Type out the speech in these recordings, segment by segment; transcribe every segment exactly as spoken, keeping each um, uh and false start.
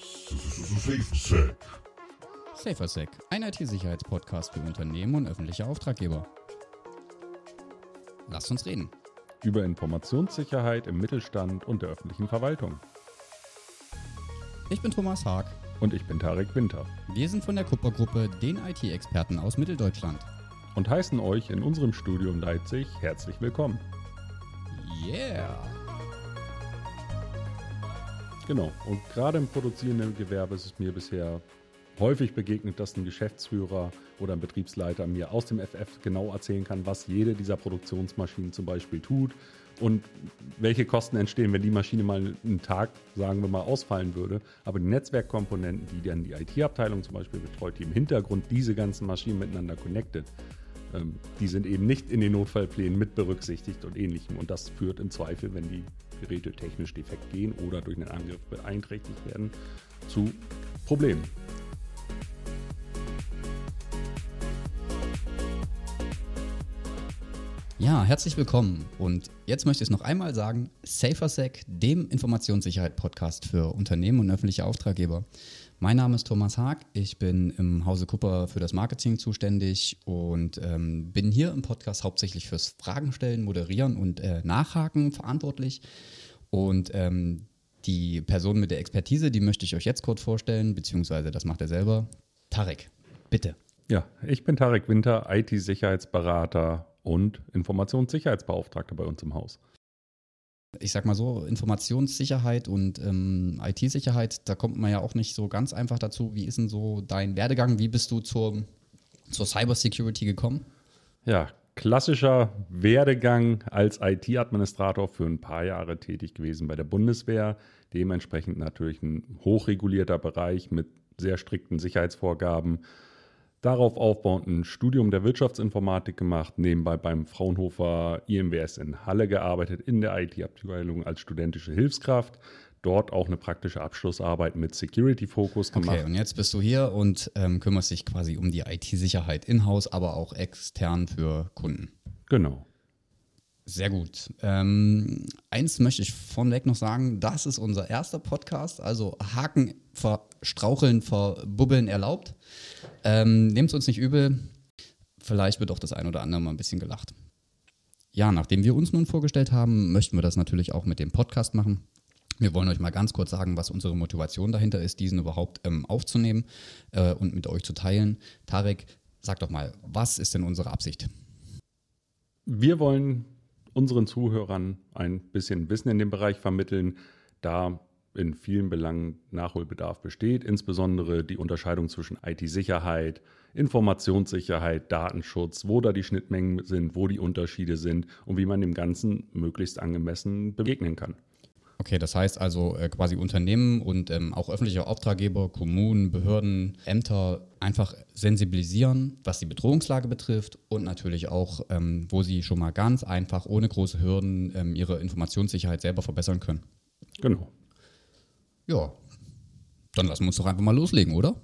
SafeSec. SaferSec, ein I T-Sicherheitspodcast für Unternehmen und öffentliche Auftraggeber. Lasst uns reden. Über Informationssicherheit im Mittelstand und der öffentlichen Verwaltung. Ich bin Thomas Haag. Und ich bin Tarek Winter. Wir sind von der Kupper-Gruppe, den I T-Experten aus Mitteldeutschland. Und heißen euch in unserem Studio in Leipzig herzlich willkommen. Yeah! Genau, und gerade im produzierenden Gewerbe ist es mir bisher häufig begegnet, dass ein Geschäftsführer oder ein Betriebsleiter mir aus dem F F genau erzählen kann, was jede dieser Produktionsmaschinen zum Beispiel tut und welche Kosten entstehen, wenn die Maschine mal einen Tag, sagen wir mal, ausfallen würde. Aber die Netzwerkkomponenten, die dann die I T-Abteilung zum Beispiel betreut, die im Hintergrund diese ganzen Maschinen miteinander connected, ähm, die sind eben nicht in den Notfallplänen mit berücksichtigt und Ähnlichem. Und das führt im Zweifel, wenn die Geräte technisch defekt gehen oder durch einen Angriff beeinträchtigt werden, zu Problemen. Ja, herzlich willkommen. Und jetzt möchte ich es noch einmal sagen, SaferSec, dem Informationssicherheit-Podcast für Unternehmen und öffentliche Auftraggeber. Mein Name ist Thomas Haag, ich bin im Hause Kupper für das Marketing zuständig und ähm, bin hier im Podcast hauptsächlich fürs Fragen stellen, moderieren und äh, nachhaken verantwortlich. Und ähm, die Person mit der Expertise, die möchte ich euch jetzt kurz vorstellen, beziehungsweise das macht er selber. Tarek, bitte. Ja, ich bin Tarek Winter, I T-Sicherheitsberater und Informationssicherheitsbeauftragter bei uns im Haus. Ich sag mal so, Informationssicherheit und ähm, I T-Sicherheit, da kommt man ja auch nicht so ganz einfach dazu. Wie ist denn so dein Werdegang? Wie bist du zur, zur Cybersecurity gekommen? Ja, klassischer Werdegang als I T-Administrator für ein paar Jahre tätig gewesen bei der Bundeswehr. Dementsprechend natürlich ein hochregulierter Bereich mit sehr strikten Sicherheitsvorgaben. Darauf aufbauend ein Studium der Wirtschaftsinformatik gemacht, nebenbei beim Fraunhofer I M W S in Halle gearbeitet, in der I T-Abteilung als studentische Hilfskraft. Dort auch eine praktische Abschlussarbeit mit Security-Fokus gemacht. Okay, und jetzt bist du hier und ähm, kümmerst dich quasi um die I T-Sicherheit in-house, aber auch extern für Kunden. Genau. Sehr gut. Ähm, eins möchte ich vorneweg noch sagen, das ist unser erster Podcast, also Haken, verstraucheln, verbubbeln erlaubt. Ähm, Nehmt es uns nicht übel, vielleicht wird auch das ein oder andere mal ein bisschen gelacht. Ja, nachdem wir uns nun vorgestellt haben, möchten wir das natürlich auch mit dem Podcast machen. Wir wollen euch mal ganz kurz sagen, was unsere Motivation dahinter ist, diesen überhaupt ähm, aufzunehmen äh, und mit euch zu teilen. Tarek, sag doch mal, was ist denn unsere Absicht? Wir wollen unseren Zuhörern ein bisschen Wissen in dem Bereich vermitteln, da in vielen Belangen Nachholbedarf besteht, insbesondere die Unterscheidung zwischen I T-Sicherheit, Informationssicherheit, Datenschutz, wo da die Schnittmengen sind, wo die Unterschiede sind und wie man dem Ganzen möglichst angemessen begegnen kann. Okay, das heißt also äh, quasi Unternehmen und ähm, auch öffentliche Auftraggeber, Kommunen, Behörden, Ämter einfach sensibilisieren, was die Bedrohungslage betrifft und natürlich auch, ähm, wo sie schon mal ganz einfach, ohne große Hürden, ähm, ihre Informationssicherheit selber verbessern können. Genau. Ja, dann lassen wir uns doch einfach mal loslegen, oder?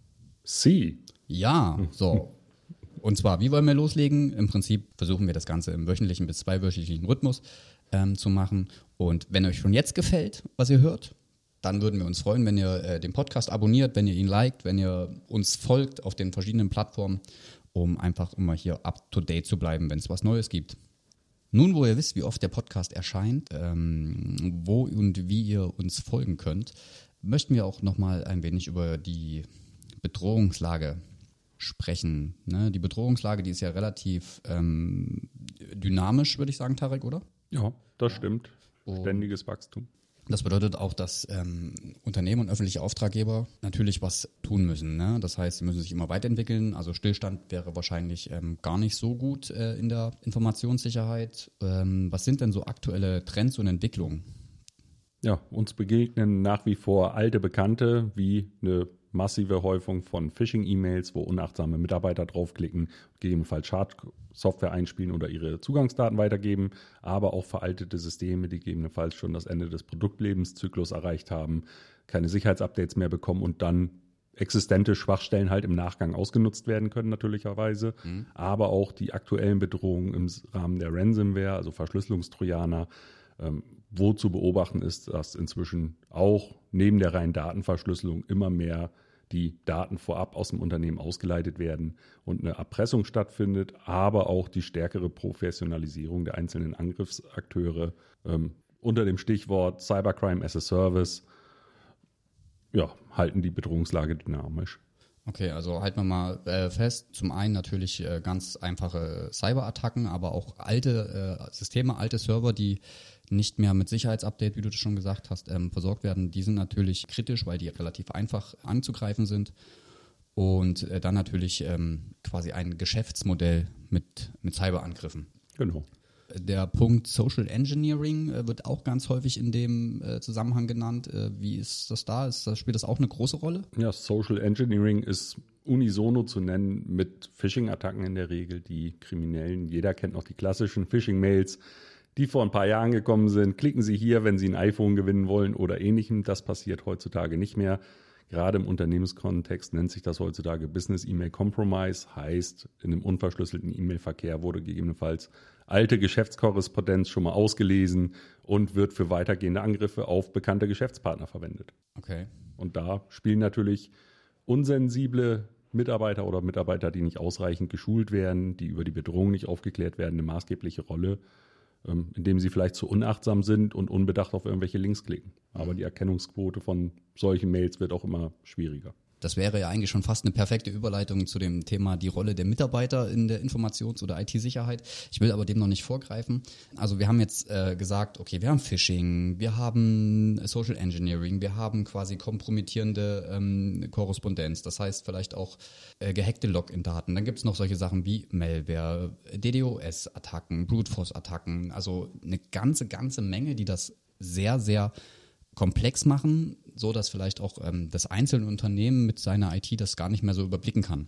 Sie. Ja, so. Und zwar, wie wollen wir loslegen? Im Prinzip versuchen wir das Ganze im wöchentlichen bis zweiwöchentlichen Rhythmus ähm, zu machen. Und wenn euch schon jetzt gefällt, was ihr hört, dann würden wir uns freuen, wenn ihr äh, den Podcast abonniert, wenn ihr ihn liked, wenn ihr uns folgt auf den verschiedenen Plattformen, um einfach immer hier up to date zu bleiben, wenn es was Neues gibt. Nun, wo ihr wisst, wie oft der Podcast erscheint, ähm, wo und wie ihr uns folgen könnt, möchten wir auch nochmal ein wenig über die Bedrohungslage sprechen. Ne? Die Bedrohungslage, die ist ja relativ ähm, dynamisch, würde ich sagen, Tarek, oder? Ja, das stimmt. Ständiges Wachstum. Das bedeutet auch, dass ähm, Unternehmen und öffentliche Auftraggeber natürlich was tun müssen. Ne? Das heißt, sie müssen sich immer weiterentwickeln. Also Stillstand wäre wahrscheinlich ähm, gar nicht so gut äh, in der Informationssicherheit. Ähm, was sind denn so aktuelle Trends und Entwicklungen? Ja, uns begegnen nach wie vor alte Bekannte wie eine massive Häufung von Phishing-E-Mails, wo unachtsame Mitarbeiter draufklicken, gegebenenfalls Schadsoftware einspielen oder ihre Zugangsdaten weitergeben, aber auch veraltete Systeme, die gegebenenfalls schon das Ende des Produktlebenszyklus erreicht haben, keine Sicherheitsupdates mehr bekommen und dann existente Schwachstellen halt im Nachgang ausgenutzt werden können natürlicherweise, mhm. aber auch die aktuellen Bedrohungen im Rahmen der Ransomware, also Verschlüsselungstrojaner, wo zu beobachten ist, dass inzwischen auch neben der reinen Datenverschlüsselung immer mehr die Daten vorab aus dem Unternehmen ausgeleitet werden und eine Erpressung stattfindet, aber auch die stärkere Professionalisierung der einzelnen Angriffsakteure ähm, unter dem Stichwort Cybercrime as a Service, ja, halten die Bedrohungslage dynamisch. Okay, also halten wir mal äh, fest, zum einen natürlich äh, ganz einfache Cyberattacken, aber auch alte äh, Systeme, alte Server, die nicht mehr mit Sicherheitsupdate, wie du das schon gesagt hast, ähm, versorgt werden, die sind natürlich kritisch, weil die relativ einfach anzugreifen sind. Und äh, dann natürlich ähm, quasi ein Geschäftsmodell mit, mit Cyberangriffen. Genau. Der Punkt Social Engineering äh, wird auch ganz häufig in dem äh, Zusammenhang genannt. Äh, wie ist das da? Ist, das? Spielt das auch eine große Rolle? Ja, Social Engineering ist unisono zu nennen mit Phishing-Attacken in der Regel. Die Kriminellen, jeder kennt noch die klassischen Phishing-Mails, die vor ein paar Jahren gekommen sind. Klicken Sie hier, wenn Sie ein iPhone gewinnen wollen oder ähnlichem. Das passiert heutzutage nicht mehr. Gerade im Unternehmenskontext nennt sich das heutzutage Business E-Mail Compromise. Heißt, in einem unverschlüsselten E-Mail-Verkehr wurde gegebenenfalls alte Geschäftskorrespondenz schon mal ausgelesen und wird für weitergehende Angriffe auf bekannte Geschäftspartner verwendet. Okay. Und da spielen natürlich unsensible Mitarbeiter oder Mitarbeiter, die nicht ausreichend geschult werden, die über die Bedrohung nicht aufgeklärt werden, eine maßgebliche Rolle, indem sie vielleicht zu unachtsam sind und unbedacht auf irgendwelche Links klicken. Aber die Erkennungsquote von solchen Mails wird auch immer schwieriger. Das wäre ja eigentlich schon fast eine perfekte Überleitung zu dem Thema die Rolle der Mitarbeiter in der Informations- oder I T-Sicherheit. Ich will aber dem noch nicht vorgreifen. Also wir haben jetzt äh, gesagt, okay, wir haben Phishing, wir haben Social Engineering, wir haben quasi kompromittierende ähm, Korrespondenz, das heißt vielleicht auch äh, gehackte Login-Daten. Dann gibt es noch solche Sachen wie Malware, D DoS-Attacken, Brute Force-Attacken, also eine ganze, ganze Menge, die das sehr, sehr komplex machen, so dass vielleicht auch ähm, das einzelne Unternehmen mit seiner I T das gar nicht mehr so überblicken kann.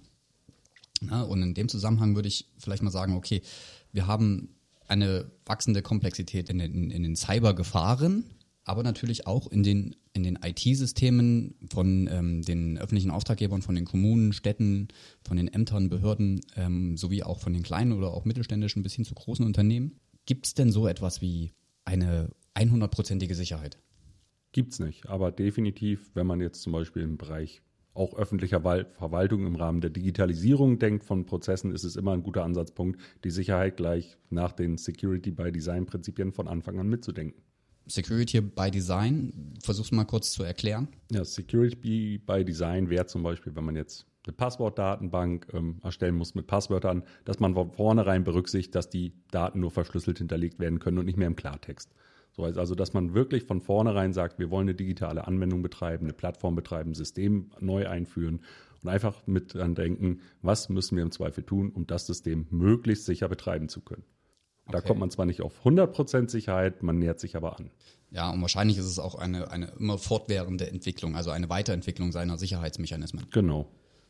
Ja, und in dem Zusammenhang würde ich vielleicht mal sagen, okay, wir haben eine wachsende Komplexität in den, in den Cybergefahren, aber natürlich auch in den, in den I T-Systemen von ähm, den öffentlichen Auftraggebern, von den Kommunen, Städten, von den Ämtern, Behörden, ähm, sowie auch von den kleinen oder auch mittelständischen bis hin zu großen Unternehmen. Gibt es denn so etwas wie eine hundertprozentige Sicherheit? Gibt's nicht, aber definitiv, wenn man jetzt zum Beispiel im Bereich auch öffentlicher Verwaltung im Rahmen der Digitalisierung denkt von Prozessen, ist es immer ein guter Ansatzpunkt, die Sicherheit gleich nach den Security-by-Design-Prinzipien von Anfang an mitzudenken. Security by Design, versuch's mal kurz zu erklären. Ja, Security by Design wäre zum Beispiel, wenn man jetzt eine Passwortdatenbank ähm, erstellen muss mit Passwörtern, dass man von vornherein berücksichtigt, dass die Daten nur verschlüsselt hinterlegt werden können und nicht mehr im Klartext. So heißt also, dass man wirklich von vornherein sagt, wir wollen eine digitale Anwendung betreiben, eine Plattform betreiben, ein System neu einführen und einfach mit dran denken, was müssen wir im Zweifel tun, um das System möglichst sicher betreiben zu können. Da okay. kommt man zwar nicht auf hundert Prozent Sicherheit, man nähert sich aber an. Ja, und wahrscheinlich ist es auch eine, eine immer fortwährende Entwicklung, also eine Weiterentwicklung seiner Sicherheitsmechanismen. Genau.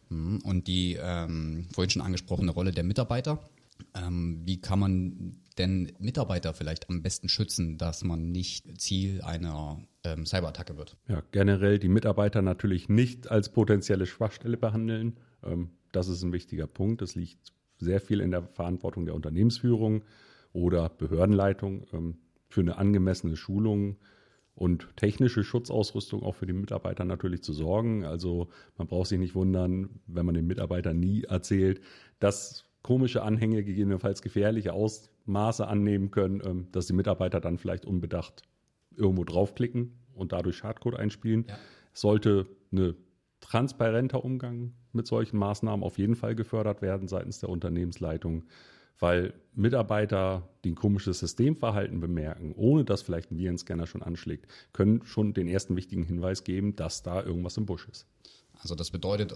Und die ähm, vorhin schon angesprochene Rolle der Mitarbeiter. Ähm, wie kann man denn Mitarbeiter vielleicht am besten schützen, dass man nicht Ziel einer ähm, Cyberattacke wird? Ja, generell die Mitarbeiter natürlich nicht als potenzielle Schwachstelle behandeln. Ähm, das ist ein wichtiger Punkt. Das liegt sehr viel in der Verantwortung der Unternehmensführung oder Behördenleitung ähm, für eine angemessene Schulung und technische Schutzausrüstung auch für die Mitarbeiter natürlich zu sorgen. Also man braucht sich nicht wundern, wenn man den Mitarbeitern nie erzählt, dass komische Anhänge gegebenenfalls gefährliche Ausmaße annehmen können, dass die Mitarbeiter dann vielleicht unbedacht irgendwo draufklicken und dadurch Schadcode einspielen. Ja. Es sollte ein transparenter Umgang mit solchen Maßnahmen auf jeden Fall gefördert werden seitens der Unternehmensleitung, weil Mitarbeiter, die ein komisches Systemverhalten bemerken, ohne dass vielleicht ein Virenscanner schon anschlägt, können schon den ersten wichtigen Hinweis geben, dass da irgendwas im Busch ist. Also das bedeutet,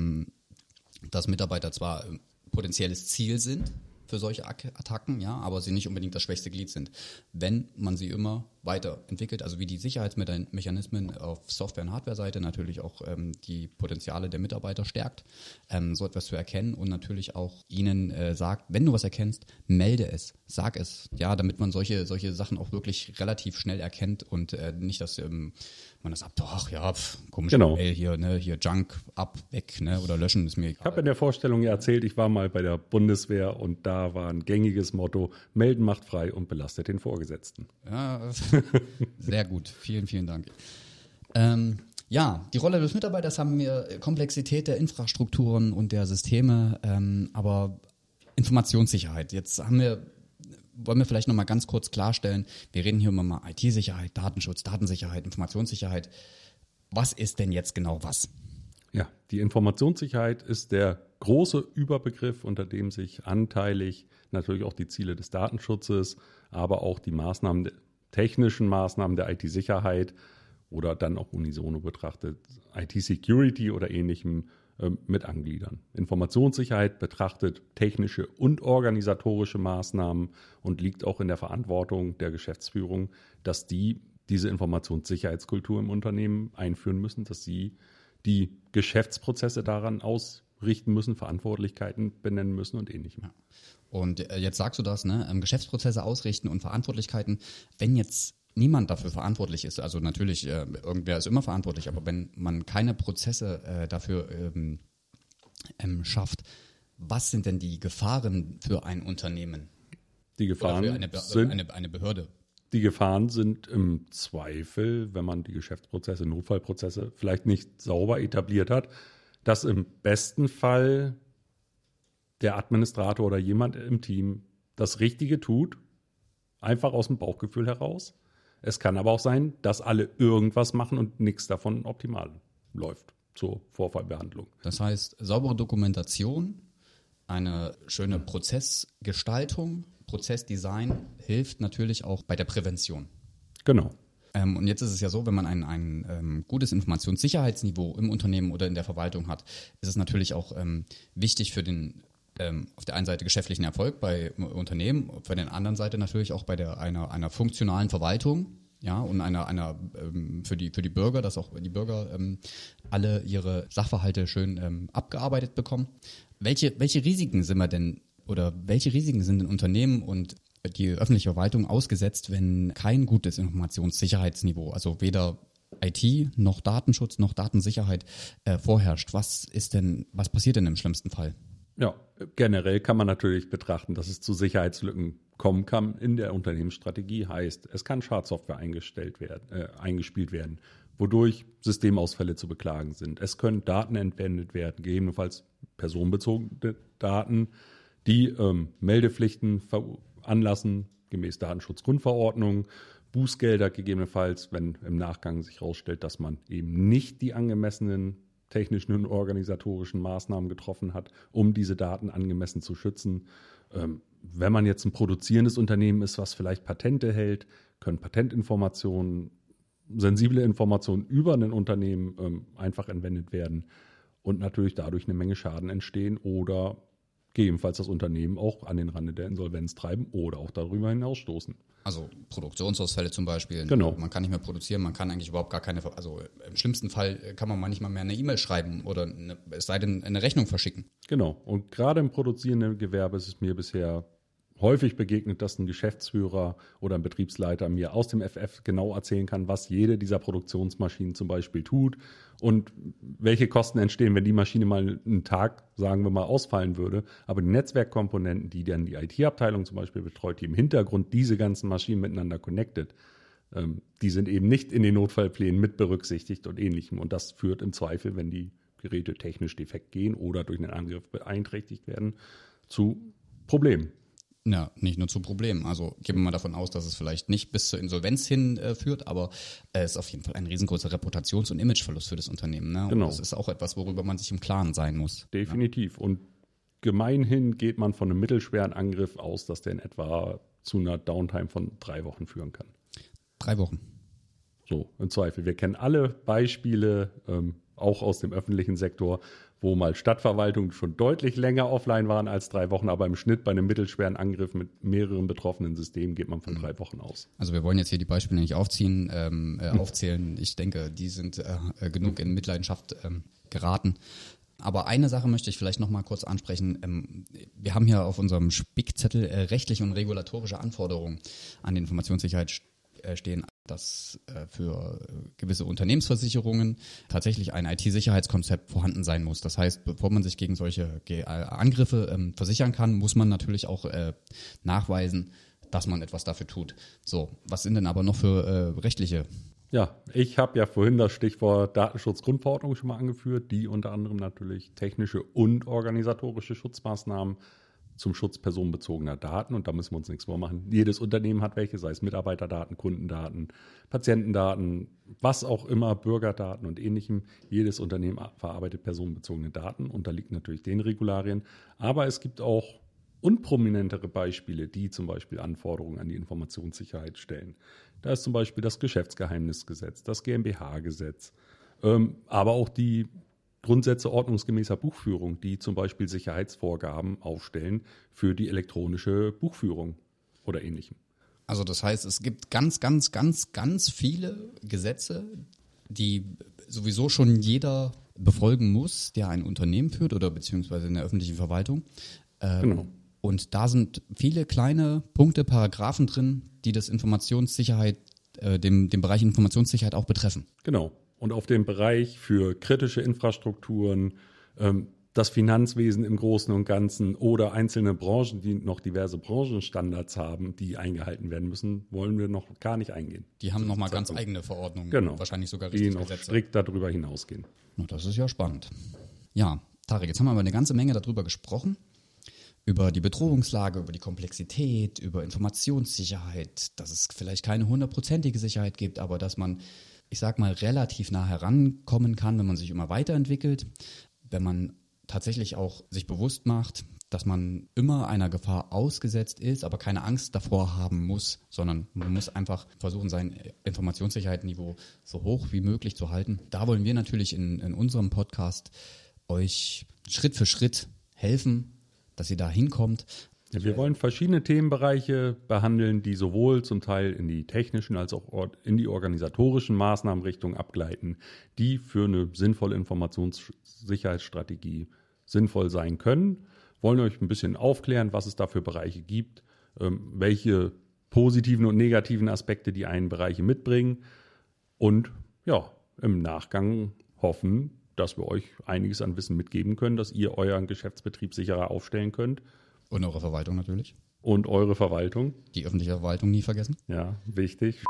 dass Mitarbeiter zwar potenzielles Ziel sind für solche Attacken, ja, aber sie nicht unbedingt das schwächste Glied sind. Wenn man sie immer weiterentwickelt, also wie die Sicherheitsmechanismen auf Software- und Hardware-Seite natürlich auch ähm, die Potenziale der Mitarbeiter stärkt, ähm, so etwas zu erkennen und natürlich auch ihnen äh, sagt, wenn du was erkennst, melde es, sag es, ja, damit man solche solche Sachen auch wirklich relativ schnell erkennt und äh, nicht, dass ähm, man das sagt, ach ja, pf, komische genau. Mail hier, ne, hier Junk ab, weg, ne, oder löschen, ist mir egal. Ich habe in der Vorstellung ja erzählt, ich war mal bei der Bundeswehr und da Jahr war ein gängiges Motto, melden macht frei und belastet den Vorgesetzten. Ja, sehr gut. Vielen, vielen Dank. Ähm, ja, die Rolle des Mitarbeiters haben wir, Komplexität der Infrastrukturen und der Systeme, ähm, aber Informationssicherheit. Jetzt haben wir, wollen wir vielleicht nochmal ganz kurz klarstellen, wir reden hier immer mal I T-Sicherheit, Datenschutz, Datensicherheit, Informationssicherheit. Was ist denn jetzt genau was? Ja, die Informationssicherheit ist der große Überbegriff, unter dem sich anteilig natürlich auch die Ziele des Datenschutzes, aber auch die Maßnahmen, technischen Maßnahmen der I T-Sicherheit oder dann auch unisono betrachtet I T-Security oder ähnlichem äh, mit angliedern. Informationssicherheit betrachtet technische und organisatorische Maßnahmen und liegt auch in der Verantwortung der Geschäftsführung, dass die diese Informationssicherheitskultur im Unternehmen einführen müssen, dass sie die Geschäftsprozesse daran ausrichten müssen, Verantwortlichkeiten benennen müssen und ähnlichem. Ja. Und äh, jetzt sagst du das, ne? Geschäftsprozesse ausrichten und Verantwortlichkeiten. Wenn jetzt niemand dafür verantwortlich ist, also natürlich, äh, irgendwer ist immer verantwortlich, aber wenn man keine Prozesse äh, dafür ähm, ähm, schafft, was sind denn die Gefahren für ein Unternehmen? Die Gefahren Oder für eine, Be- sind eine, eine Behörde? Die Gefahren sind im Zweifel, wenn man die Geschäftsprozesse, Notfallprozesse vielleicht nicht sauber etabliert hat, dass im besten Fall der Administrator oder jemand im Team das Richtige tut, einfach aus dem Bauchgefühl heraus. Es kann aber auch sein, dass alle irgendwas machen und nichts davon optimal läuft zur Vorfallbehandlung. Das heißt, saubere Dokumentation, eine schöne Prozessgestaltung, Prozessdesign hilft natürlich auch bei der Prävention. Genau. Ähm, und jetzt ist es ja so, wenn man ein, ein ähm, gutes Informationssicherheitsniveau im Unternehmen oder in der Verwaltung hat, ist es natürlich auch ähm, wichtig für den ähm, auf der einen Seite geschäftlichen Erfolg bei Unternehmen, auf der anderen Seite natürlich auch bei der einer, einer funktionalen Verwaltung. Ja, und einer, einer ähm, für die für die Bürger, dass auch die Bürger ähm, alle ihre Sachverhalte schön ähm, abgearbeitet bekommen. Welche welche Risiken sind wir denn oder welche Risiken sind in Unternehmen und die öffentliche Verwaltung ausgesetzt, wenn kein gutes Informationssicherheitsniveau, also weder I T noch Datenschutz noch Datensicherheit äh, vorherrscht? Was ist denn was passiert denn im schlimmsten Fall? Ja, generell kann man natürlich betrachten, dass es zu Sicherheitslücken kommen kann in der Unternehmensstrategie. Heißt, es kann Schadsoftware eingestellt werden, äh, eingespielt werden, wodurch Systemausfälle zu beklagen sind. Es können Daten entwendet werden, gegebenenfalls personenbezogene Daten, die ähm, Meldepflichten veranlassen, gemäß Datenschutzgrundverordnung, Bußgelder gegebenenfalls, wenn im Nachgang sich herausstellt, dass man eben nicht die angemessenen technischen und organisatorischen Maßnahmen getroffen hat, um diese Daten angemessen zu schützen. Ähm, wenn man jetzt ein produzierendes Unternehmen ist, was vielleicht Patente hält, können Patentinformationen, sensible Informationen über ein Unternehmen ähm, einfach entwendet werden und natürlich dadurch eine Menge Schaden entstehen oder gegebenenfalls das Unternehmen auch an den Rande der Insolvenz treiben oder auch darüber hinausstoßen. Also Produktionsausfälle zum Beispiel. Genau. Man kann nicht mehr produzieren, man kann eigentlich überhaupt gar keine, also im schlimmsten Fall kann man mal nicht mal mehr eine E-Mail schreiben oder eine, es sei denn eine Rechnung verschicken. Genau. Und gerade im produzierenden Gewerbe ist es mir bisher häufig begegnet, dass ein Geschäftsführer oder ein Betriebsleiter mir aus dem F F genau erzählen kann, was jede dieser Produktionsmaschinen zum Beispiel tut und welche Kosten entstehen, wenn die Maschine mal einen Tag, sagen wir mal, ausfallen würde. Aber die Netzwerkkomponenten, die dann die I T-Abteilung zum Beispiel betreut, die im Hintergrund diese ganzen Maschinen miteinander connected, ähm, die sind eben nicht in den Notfallplänen mit berücksichtigt und Ähnlichem. Und das führt im Zweifel, wenn die Geräte technisch defekt gehen oder durch einen Angriff beeinträchtigt werden, zu Problemen. Ja, nicht nur zu Problemen. Also gehen wir mal davon aus, dass es vielleicht nicht bis zur Insolvenz hin äh, führt, aber es ist auf jeden Fall ein riesengroßer Reputations- und Imageverlust für das Unternehmen. Ne? Und genau. Das ist auch etwas, worüber man sich im Klaren sein muss. Definitiv. Ja. Und gemeinhin geht man von einem mittelschweren Angriff aus, dass der in etwa zu einer Downtime von drei Wochen führen kann. Drei Wochen. So, im Zweifel. Wir kennen alle Beispiele, ähm, auch aus dem öffentlichen Sektor, wo mal Stadtverwaltungen schon deutlich länger offline waren als drei Wochen, aber im Schnitt bei einem mittelschweren Angriff mit mehreren betroffenen Systemen geht man von mhm. drei Wochen aus. Also wir wollen jetzt hier die Beispiele nicht aufziehen, ähm, äh, aufzählen. Ich denke, die sind äh, genug in Mitleidenschaft ähm, geraten. Aber eine Sache möchte ich vielleicht noch mal kurz ansprechen. Ähm, wir haben hier auf unserem Spickzettel äh, rechtliche und regulatorische Anforderungen an die Informationssicherheit äh, stehen. dass äh, für gewisse Unternehmensversicherungen tatsächlich ein I T-Sicherheitskonzept vorhanden sein muss. Das heißt, bevor man sich gegen solche Ge- äh, Angriffe ähm, versichern kann, muss man natürlich auch äh, nachweisen, dass man etwas dafür tut. So, was sind denn aber noch für äh, rechtliche? Ja, ich habe ja vorhin das Stichwort Datenschutzgrundverordnung schon mal angeführt, die unter anderem natürlich technische und organisatorische Schutzmaßnahmen zum Schutz personenbezogener Daten, und da müssen wir uns nichts vormachen. Jedes Unternehmen hat welche, sei es Mitarbeiterdaten, Kundendaten, Patientendaten, was auch immer, Bürgerdaten und ähnlichem. Jedes Unternehmen verarbeitet personenbezogene Daten, unterliegt natürlich den Regularien. Aber es gibt auch unprominentere Beispiele, die zum Beispiel Anforderungen an die Informationssicherheit stellen. Da ist zum Beispiel das Geschäftsgeheimnisgesetz, das G m B H-Gesetz, ähm, aber auch die Grundsätze ordnungsgemäßer Buchführung, die zum Beispiel Sicherheitsvorgaben aufstellen für die elektronische Buchführung oder ähnlichem. Also das heißt, es gibt ganz, ganz, ganz, ganz viele Gesetze, die sowieso schon jeder befolgen muss, der ein Unternehmen führt oder beziehungsweise in der öffentlichen Verwaltung. Ähm, Genau. Und da sind viele kleine Punkte, Paragraphen drin, die das Informationssicherheit, äh, dem, dem Bereich Informationssicherheit auch betreffen. Genau. Und auf dem Bereich für kritische Infrastrukturen, ähm, das Finanzwesen im Großen und Ganzen oder einzelne Branchen, die noch diverse Branchenstandards haben, die eingehalten werden müssen, wollen wir noch gar nicht eingehen. Die haben nochmal ganz eigene Verordnungen, genau, wahrscheinlich sogar die richtig noch Gesetze. strikt darüber hinausgehen. Na, das ist ja spannend. Ja, Tarek, jetzt haben wir aber eine ganze Menge darüber gesprochen. Über die Bedrohungslage, über die Komplexität, über Informationssicherheit, dass es vielleicht keine hundertprozentige Sicherheit gibt, aber dass man, ich sag mal, relativ nah herankommen kann, wenn man sich immer weiterentwickelt, wenn man tatsächlich auch sich bewusst macht, dass man immer einer Gefahr ausgesetzt ist, aber keine Angst davor haben muss, sondern man muss einfach versuchen, sein Informationssicherheitsniveau so hoch wie möglich zu halten. Da wollen wir natürlich in, in unserem Podcast euch Schritt für Schritt helfen, dass ihr da hinkommt. Ja, wir wollen verschiedene Themenbereiche behandeln, die sowohl zum Teil in die technischen als auch in die organisatorischen Maßnahmenrichtungen abgleiten, die für eine sinnvolle Informationssicherheitsstrategie sinnvoll sein können. Wollen euch ein bisschen aufklären, was es da für Bereiche gibt, welche positiven und negativen Aspekte die einen Bereiche mitbringen und ja, im Nachgang hoffen, dass wir euch einiges an Wissen mitgeben können, dass ihr euren Geschäftsbetrieb sicherer aufstellen könnt. Und eure Verwaltung natürlich. Und eure Verwaltung. Die öffentliche Verwaltung nie vergessen. Ja, wichtig.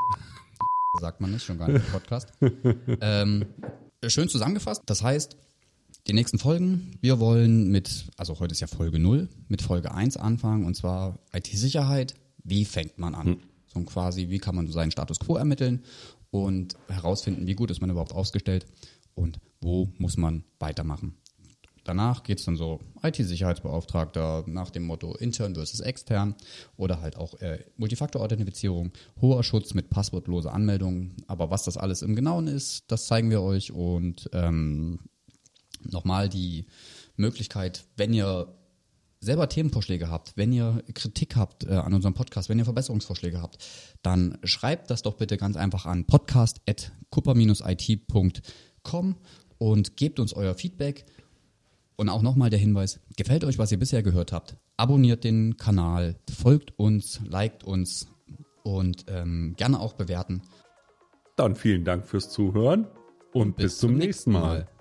Sagt man nicht, schon gar nicht im Podcast. ähm, schön zusammengefasst. Das heißt, die nächsten Folgen, wir wollen mit, also heute ist ja Folge null, mit Folge eins anfangen, und zwar I T-Sicherheit. Wie fängt man an? Hm. So quasi, wie kann man seinen Status quo ermitteln und herausfinden, wie gut ist man überhaupt aufgestellt und wo muss man weitermachen. Danach geht es dann so I T-Sicherheitsbeauftragter nach dem Motto intern versus extern oder halt auch äh, Multifaktor-Authentifizierung, hoher Schutz mit passwortloser Anmeldung. Aber was das alles im Genauen ist, das zeigen wir euch. Und ähm, nochmal die Möglichkeit, wenn ihr selber Themenvorschläge habt, wenn ihr Kritik habt äh, an unserem Podcast, wenn ihr Verbesserungsvorschläge habt, dann schreibt das doch bitte ganz einfach an podcast at cupper dash I T punkt com und gebt uns euer Feedback. Und auch nochmal der Hinweis, gefällt euch, was ihr bisher gehört habt, abonniert den Kanal, folgt uns, liked uns und ähm, gerne auch bewerten. Dann vielen Dank fürs Zuhören und, und bis, bis zum nächsten Mal. Mal.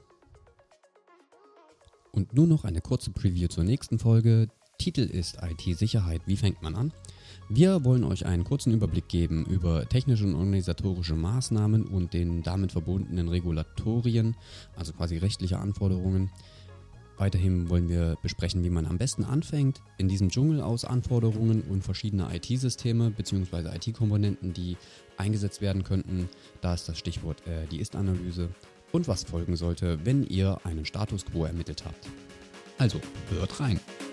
Und nur noch eine kurze Preview zur nächsten Folge. Titel ist I T-Sicherheit, wie fängt man an? Wir wollen euch einen kurzen Überblick geben über technische und organisatorische Maßnahmen und den damit verbundenen Regulatorien, also quasi rechtliche Anforderungen. Weiterhin wollen wir besprechen, wie man am besten anfängt in diesem Dschungel aus Anforderungen und verschiedene I T-Systeme bzw. I T-Komponenten, die eingesetzt werden könnten. Da ist das Stichwort äh, die Ist-Analyse und was folgen sollte, wenn ihr einen Status quo ermittelt habt. Also, hört rein!